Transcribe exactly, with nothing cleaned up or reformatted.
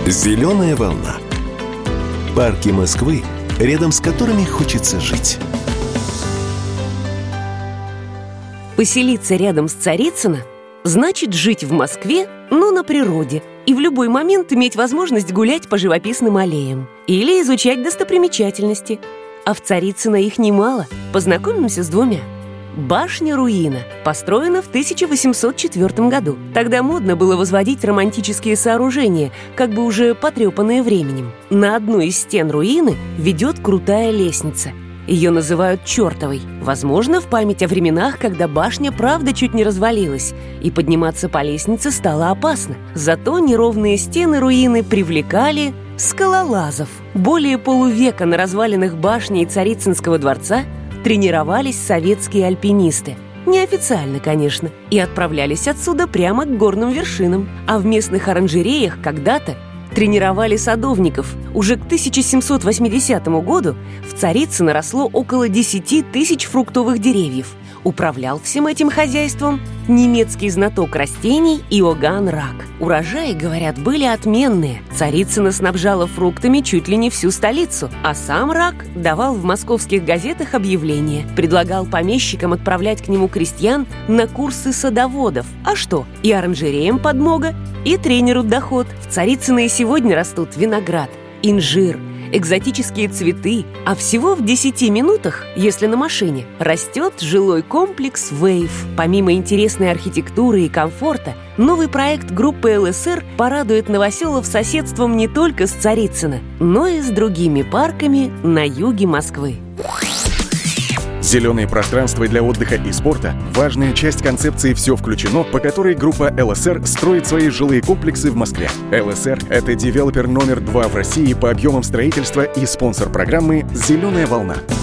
Зеленая волна. Парки Москвы, рядом с которыми хочется жить. Поселиться рядом с Царицыно значит жить в Москве, но на природе, и в любой момент иметь возможность гулять по живописным аллеям или изучать достопримечательности. А в Царицыно их немало. Познакомимся с двумя. Башня-руина построена в тысяча восемьсот четвёртом году. Тогда модно было возводить романтические сооружения, как бы уже потрепанные временем. На одну из стен руины ведет крутая лестница. Ее называют чертовой. Возможно, в память о временах, когда башня правда чуть не развалилась, и подниматься по лестнице стало опасно. Зато неровные стены руины привлекали скалолазов. Более полувека на развалинах башни и Царицынского дворца тренировались советские альпинисты. Неофициально, конечно. И отправлялись отсюда прямо к горным вершинам. А в местных оранжереях когда-то тренировали садовников. Уже к тысяча семьсот восьмидесятому году в Царицыно росло около десяти тысяч фруктовых деревьев. Управлял всем этим хозяйством немецкий знаток растений Иоганн Рак. Урожаи, говорят, были отменные. Царицыно снабжало фруктами чуть ли не всю столицу. А сам Рак давал в московских газетах объявления. Предлагал помещикам отправлять к нему крестьян на курсы садоводов. А что? И оранжереям подмога, и тренеру доход. В Царицыно и сегодня растут виноград, инжир, экзотические цветы, а всего в десяти минутах, если на машине, растет жилой комплекс «Вейв». Помимо интересной архитектуры и комфорта, новый проект группы эл эс эр порадует новоселов соседством не только с Царицыно, но и с другими парками на юге Москвы. Зеленые пространства для отдыха и спорта – важная часть концепции «Все включено», по которой группа эл эс эр строит свои жилые комплексы в Москве. эл эс эр – это девелопер номер два в России по объемам строительства и спонсор программы «Зеленая волна».